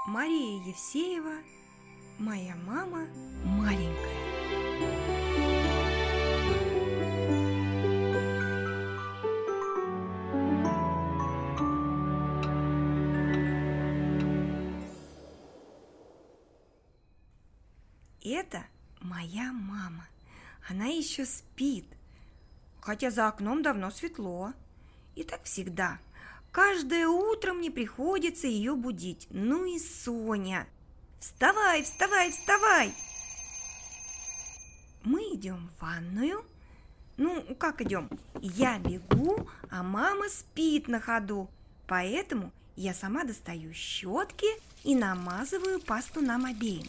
Мария Евсеева. Моя мама маленькая. Это моя мама. Она еще спит, хотя за окном давно светло. И так всегда. Каждое утро мне приходится ее будить. Ну и Соня. Вставай, вставай, вставай! Мы идем в ванную. Ну, как идем? Я бегу, а мама спит на ходу. Поэтому я сама достаю щетки и намазываю пасту нам обеим.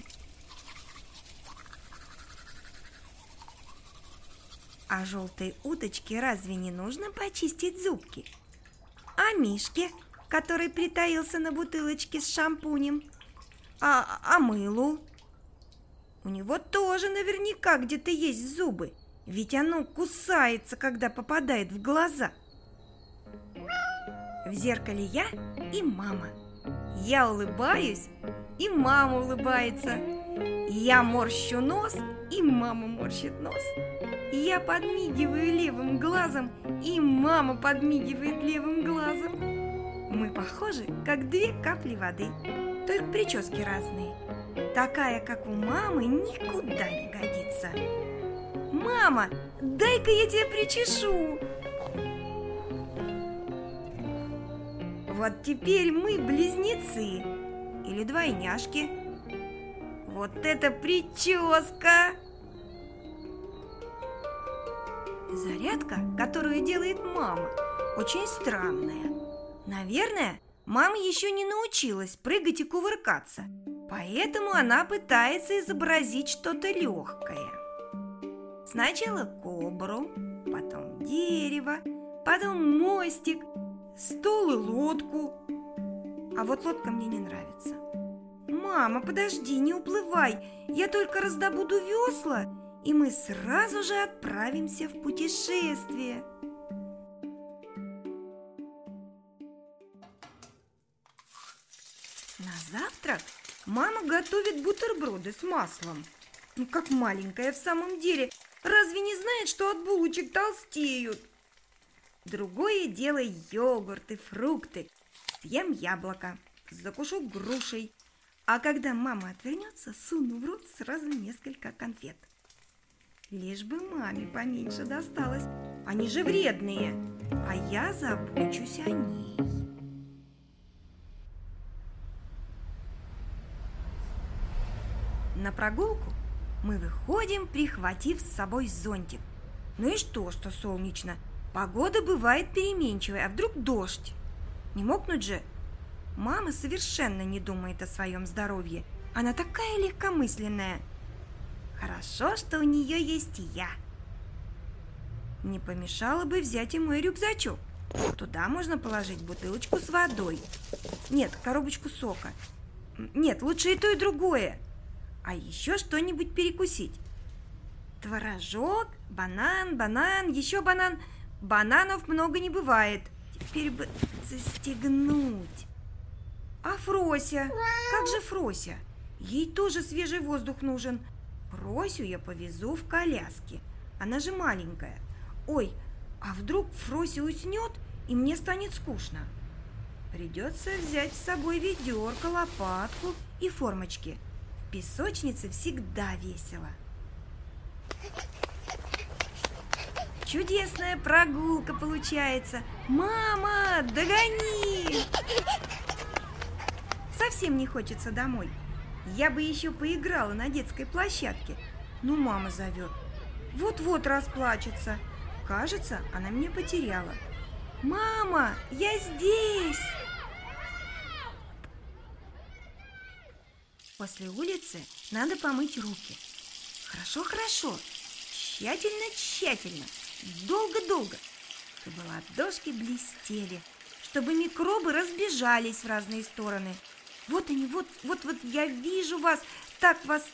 А желтой уточке разве не нужно почистить зубки? А Мишке, который притаился на бутылочке с шампунем? А мылу? У него тоже наверняка где-то есть зубы, ведь оно кусается, когда попадает в глаза. В зеркале я и мама. Я улыбаюсь, и мама улыбается. Я морщу нос, и мама морщит нос. Я подмигиваю левым глазом, и мама подмигивает левым глазом. Мы похожи, как две капли воды, только прически разные. Такая, как у мамы, никуда не годится. Мама, дай-ка я тебя причешу. Вот теперь мы близнецы или двойняшки. Вот это прическа! Зарядка, которую делает мама, очень странная. Наверное, мама еще не научилась прыгать и кувыркаться, поэтому она пытается изобразить что-то легкое. Сначала кобру, потом дерево, потом мостик, стол и лодку. А вот лодка мне не нравится. Мама, подожди, не уплывай, я только раздобуду весла, и мы сразу же отправимся в путешествие. На завтрак мама готовит бутерброды с маслом. Ну, как маленькая в самом деле, разве не знает, что от булочек толстеют? Другое дело йогурт и фрукты. Съем яблоко, закушу грушей. А когда мама отвернется, суну в рот сразу несколько конфет. Лишь бы маме поменьше досталось, они же вредные, а я забочусь о ней. На прогулку мы выходим, прихватив с собой зонтик. Ну и что солнечно? Погода бывает переменчивой, а вдруг дождь? Не мокнуть же? Мама совершенно не думает о своем здоровье. Она такая легкомысленная. Хорошо, что у нее есть я. Не помешало бы взять и мой рюкзачок. Туда можно положить бутылочку с водой. Нет, коробочку сока. Нет, лучше и то, и другое. А еще что-нибудь перекусить. Творожок, банан, еще банан. Бананов много не бывает. Теперь бы застегнуть. А Фрося? Как же Фрося? Ей тоже свежий воздух нужен. Фросю я повезу в коляске. Она же маленькая. Ой, а вдруг Фрося уснет, и мне станет скучно? Придется взять с собой ведерко, лопатку и формочки. В песочнице всегда весело. Чудесная прогулка получается. Мама, догони! Совсем не хочется домой. Я бы еще поиграла на детской площадке, но мама зовет. Вот-вот расплачется. Кажется, она меня потеряла. Мама, я здесь! После улицы надо помыть руки. Хорошо. Тщательно. Долго-долго. Чтобы ладошки блестели, чтобы микробы разбежались в разные стороны. Вот они, вот я вижу вас, так.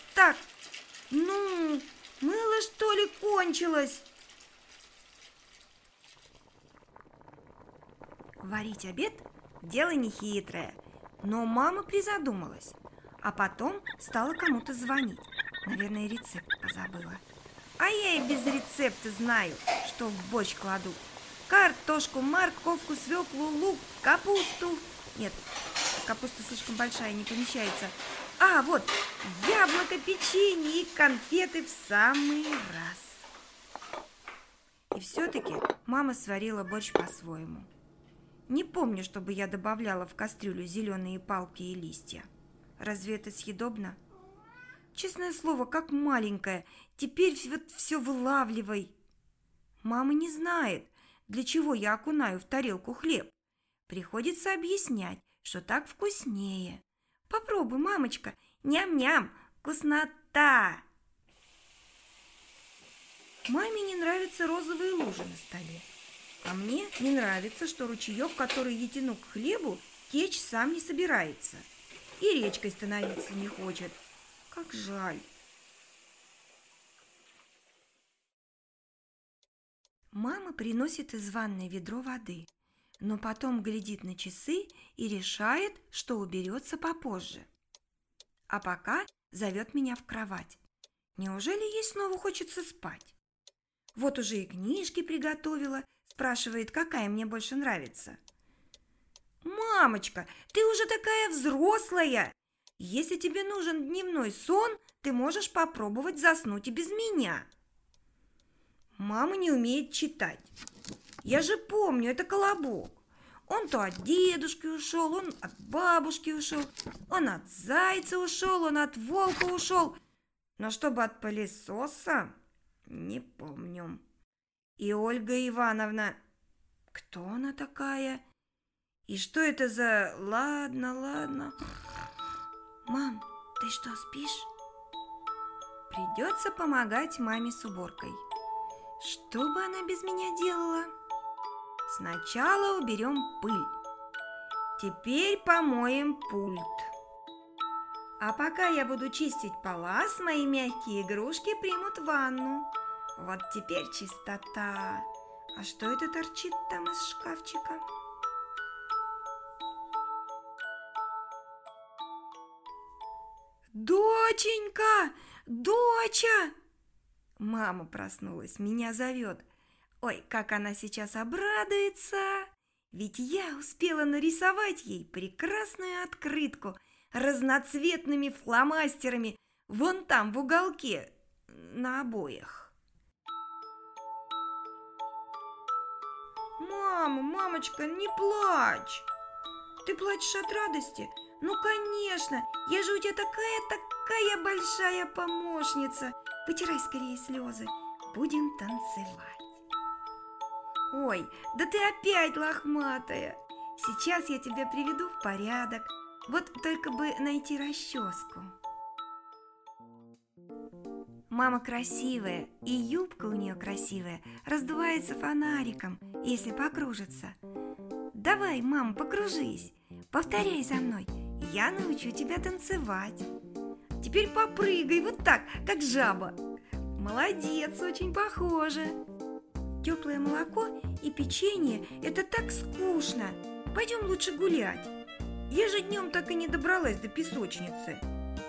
Ну, мыло что ли кончилось? Варить обед – дело нехитрое. Но мама призадумалась, а потом стала кому-то звонить. Наверное, рецепт позабыла. А я и без рецепта знаю, что в борщ кладут. Картошку, морковку, свеклу, лук, капусту. Нет, капуста слишком большая, не помещается. А, вот, яблоко, печенье и конфеты в самый раз. И все-таки мама сварила борщ по-своему. Не помню, чтобы я добавляла в кастрюлю зеленые палки и листья. Разве это съедобно? Честное слово, как маленькая, теперь вот все вылавливай. Мама не знает, для чего я окунаю в тарелку хлеб. Приходится объяснять, что так вкуснее. Попробуй, мамочка, ням-ням, вкуснота! Маме не нравятся розовые лужи на столе. А мне не нравится, что ручеек, который я тяну к хлебу, течь сам не собирается. И речкой становиться не хочет. Как жаль. Мама приносит из ванной ведро воды, но потом глядит на часы и решает, что уберется попозже. А пока зовет меня в кровать. Неужели ей снова хочется спать? Вот уже и книжки приготовила, спрашивает, какая мне больше нравится. «Мамочка, ты уже такая взрослая! Если тебе нужен дневной сон, ты можешь попробовать заснуть и без меня». Мама не умеет читать. Я же помню, это Колобок. Он то от дедушки ушел, он от бабушки ушел, он от зайца ушел, он от волка ушел. Но чтобы от пылесоса, не помню. И Ольга Ивановна, кто она такая? И что это за... Ладно. Мам, ты что, спишь? Придется помогать маме с уборкой. Что бы она без меня делала? Сначала уберем пыль. Теперь помоем пульт. А пока я буду чистить палас, мои мягкие игрушки примут ванну. Вот теперь чистота. А что это торчит там из шкафчика? Доченька! Доча! Мама проснулась, меня зовет. Ой, как она сейчас обрадуется! Ведь я успела нарисовать ей прекрасную открытку разноцветными фломастерами вон там в уголке на обоях. Мама, мамочка, не плачь! Ты плачешь от радости? Ну, конечно, я же у тебя такая большая помощница. Вытирай скорее слезы, будем танцевать. Ой, да ты опять лохматая. Сейчас я тебя приведу в порядок. Вот только бы найти расческу. Мама красивая, и юбка у нее красивая, раздувается фонариком, если покружится. Давай, мама, покружись, повторяй за мной, я научу тебя танцевать. Теперь попрыгай вот так, как жаба. Молодец, очень похоже. Теплое молоко и печенье – это так скучно. Пойдем лучше гулять. Я же днем так и не добралась до песочницы.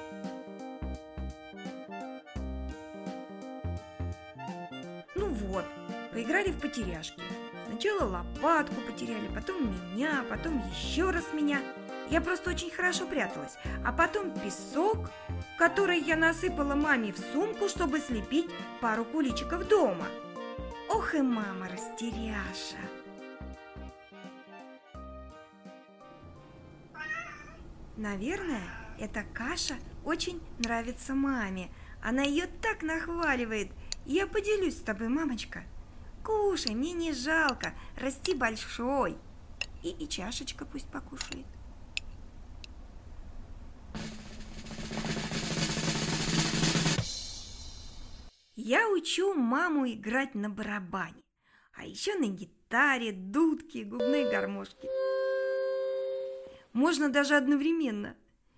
Ну вот, поиграли в потеряшки. Сначала лопатку потеряли, потом меня, потом еще раз меня. Я просто очень хорошо пряталась. А потом песок, который я насыпала маме в сумку, чтобы слепить пару куличиков дома. Ох и мама растеряша. Наверное, эта каша очень нравится маме. Она ее так нахваливает. Я поделюсь с тобой, мамочка. Кушай, мне не жалко, расти большой. И чашечка пусть покушает. Я учу маму играть на барабане, а еще на гитаре, дудке, губной гармошке. Можно даже одновременно.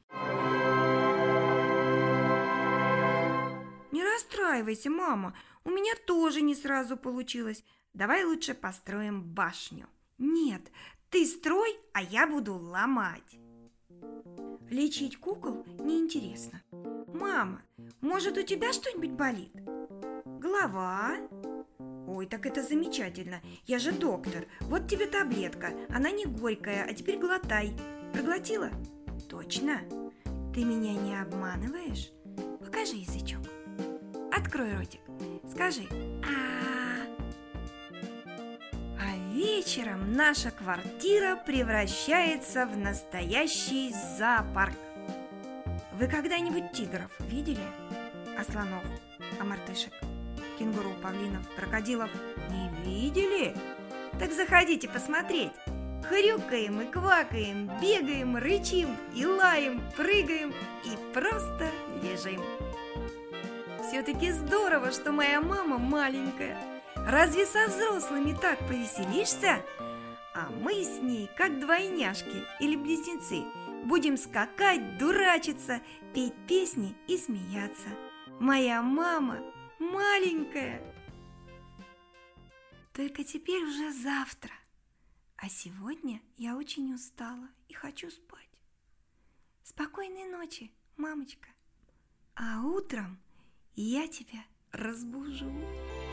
Не расстраивайся, мама, у меня тоже не сразу получилось. Давай лучше построим башню. Нет, ты строй, а я буду ломать. Лечить кукол неинтересно. Мама, может, у тебя что-нибудь болит? Голова? Ой, так это замечательно. Я же доктор. Вот тебе таблетка. Она не горькая, а теперь глотай. Проглотила? Точно. Ты меня не обманываешь? Покажи язычок. Открой ротик. Скажи А вечером наша квартира превращается в настоящий зоопарк. Вы когда-нибудь тигров видели? А слонов? А мартышек? Кенгуру, павлинов, крокодилов не видели? Так заходите посмотреть. Хрюкаем и квакаем, бегаем, рычим и лаем, прыгаем и просто лежим. Все-таки здорово, что моя мама маленькая. Разве со взрослыми так повеселишься? А мы с ней, как двойняшки или близнецы, будем скакать, дурачиться, петь песни и смеяться. Моя мама маленькая. Только теперь уже завтра. А сегодня я очень устала и хочу спать. Спокойной ночи, мамочка. А утром я тебя разбужу.